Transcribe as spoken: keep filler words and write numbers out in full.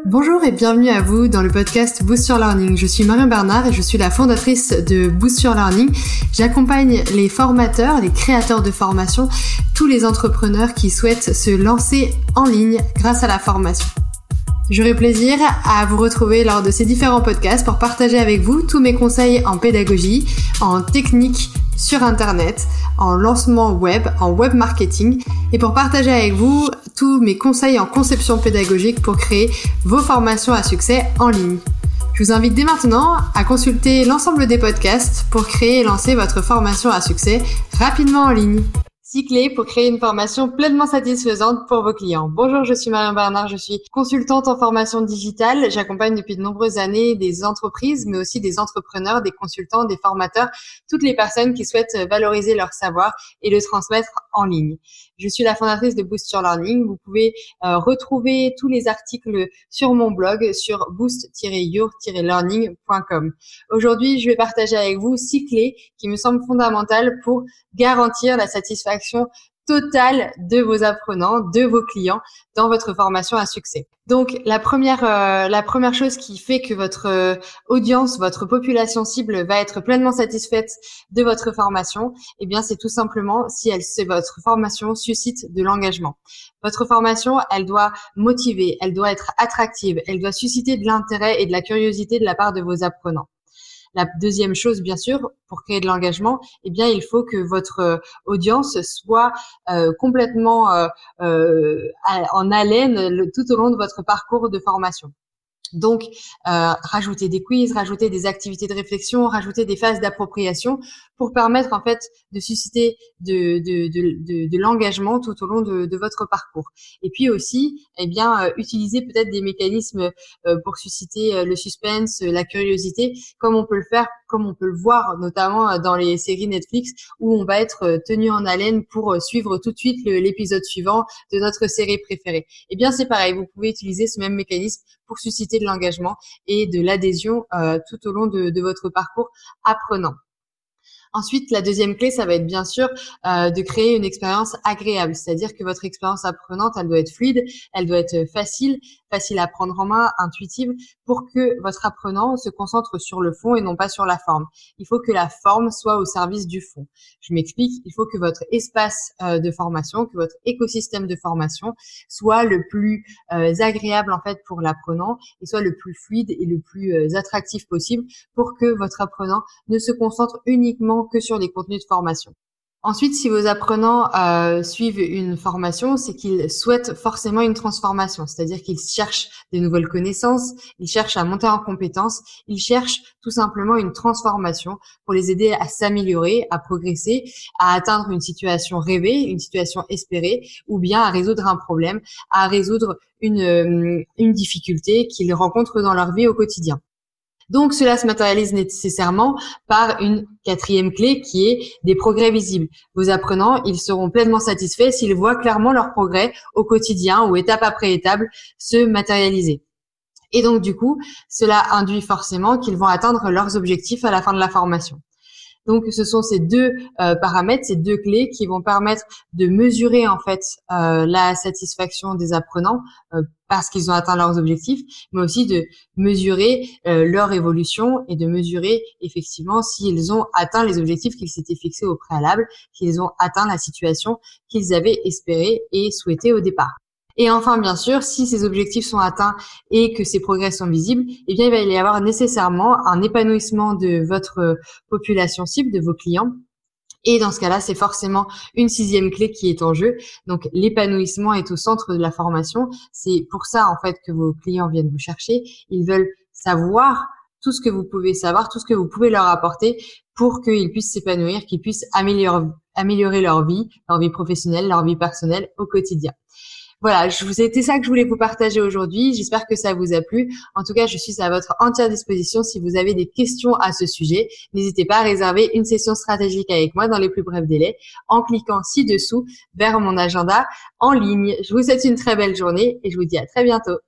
Bonjour et bienvenue à vous dans le podcast Boost Your Learning. Je suis Marion Bernard et je suis la fondatrice de Boost Your Learning. J'accompagne les formateurs, les créateurs de formation, tous les entrepreneurs qui souhaitent se lancer en ligne grâce à la formation. J'aurai plaisir à vous retrouver lors de ces différents podcasts pour partager avec vous tous mes conseils en pédagogie, en technique sur Internet, en lancement web, en web marketing et pour partager avec vous tous mes conseils en conception pédagogique pour créer vos formations à succès en ligne. Je vous invite dès maintenant à consulter l'ensemble des podcasts pour créer et lancer votre formation à succès rapidement en ligne. six clés pour créer une formation pleinement satisfaisante pour vos clients. Bonjour, je suis Marion Bernard, je suis consultante en formation digitale. J'accompagne depuis de nombreuses années des entreprises, mais aussi des entrepreneurs, des consultants, des formateurs, toutes les personnes qui souhaitent valoriser leur savoir et le transmettre en ligne. Je suis la fondatrice de Boost Your Learning. Vous pouvez euh, retrouver tous les articles sur mon blog sur boost tiret your tiret learning point com. Aujourd'hui, je vais partager avec vous six clés qui me semblent fondamentales pour garantir la satisfaction totale de vos apprenants, de vos clients dans votre formation à succès. Donc la première euh, la première chose qui fait que votre euh, audience, votre population cible va être pleinement satisfaite de votre formation, eh bien c'est tout simplement si elle si votre formation suscite de l'engagement. Votre formation, elle doit motiver, elle doit être attractive, elle doit susciter de l'intérêt et de la curiosité de la part de vos apprenants. La deuxième chose, bien sûr, pour créer de l'engagement, eh bien, il faut que votre euh, audience soit euh, complètement euh, euh, en haleine le, tout au long de votre parcours de formation. Donc, euh, rajouter des quiz, rajouter des activités de réflexion, rajouter des phases d'appropriation pour permettre en fait de susciter de, de, de, de, de l'engagement tout au long de, de votre parcours. Et puis aussi, eh bien, euh, utiliser peut-être des mécanismes euh, pour susciter euh, le suspense, euh, la curiosité, comme on peut le faire, comme on peut le voir notamment dans les séries Netflix où on va être euh, tenu en haleine pour euh, suivre tout de suite le, l'épisode suivant de notre série préférée. Eh bien, c'est pareil, vous pouvez utiliser ce même mécanisme pour susciter de l'engagement et de l'adhésion euh, tout au long de, de votre parcours apprenant. Ensuite, la deuxième clé, ça va être bien sûr euh, de créer une expérience agréable, c'est-à-dire que votre expérience apprenante, elle doit être fluide, elle doit être facile, facile à prendre en main, intuitive, pour que votre apprenant se concentre sur le fond et non pas sur la forme. Il faut que la forme soit au service du fond. Je m'explique, il faut que votre espace euh, de formation, que votre écosystème de formation soit le plus euh, agréable en fait pour l'apprenant et soit le plus fluide et le plus euh, attractif possible pour que votre apprenant ne se concentre uniquement que sur les contenus de formation. Ensuite, si vos apprenants euh, suivent une formation, c'est qu'ils souhaitent forcément une transformation, c'est-à-dire qu'ils cherchent des nouvelles connaissances, ils cherchent à monter en compétences, ils cherchent tout simplement une transformation pour les aider à s'améliorer, à progresser, à atteindre une situation rêvée, une situation espérée, ou bien à résoudre un problème, à résoudre une, une difficulté qu'ils rencontrent dans leur vie au quotidien. Donc, cela se matérialise nécessairement par une quatrième clé qui est des progrès visibles. Vos apprenants, ils seront pleinement satisfaits s'ils voient clairement leurs progrès au quotidien ou étape après étape se matérialiser. Et donc, du coup, cela induit forcément qu'ils vont atteindre leurs objectifs à la fin de la formation. Donc, ce sont ces deux euh, paramètres, ces deux clés qui vont permettre de mesurer en fait euh, la satisfaction des apprenants euh, parce qu'ils ont atteint leurs objectifs, mais aussi de mesurer euh, leur évolution et de mesurer effectivement s'ils ont atteint les objectifs qu'ils s'étaient fixés au préalable, qu'ils ont atteint la situation qu'ils avaient espérée et souhaitée au départ. Et enfin, bien sûr, si ces objectifs sont atteints et que ces progrès sont visibles, eh bien, il va y avoir nécessairement un épanouissement de votre population cible, de vos clients. Et dans ce cas-là, c'est forcément une sixième clé qui est en jeu. Donc, l'épanouissement est au centre de la formation. C'est pour ça, en fait, que vos clients viennent vous chercher. Ils veulent savoir tout ce que vous pouvez savoir, tout ce que vous pouvez leur apporter pour qu'ils puissent s'épanouir, qu'ils puissent améliorer, améliorer leur vie, leur vie professionnelle, leur vie personnelle au quotidien. Voilà, c'était ça que je voulais vous partager aujourd'hui. J'espère que ça vous a plu. En tout cas, je suis à votre entière disposition si vous avez des questions à ce sujet. N'hésitez pas à réserver une session stratégique avec moi dans les plus brefs délais en cliquant ci-dessous vers mon agenda en ligne. Je vous souhaite une très belle journée et je vous dis à très bientôt.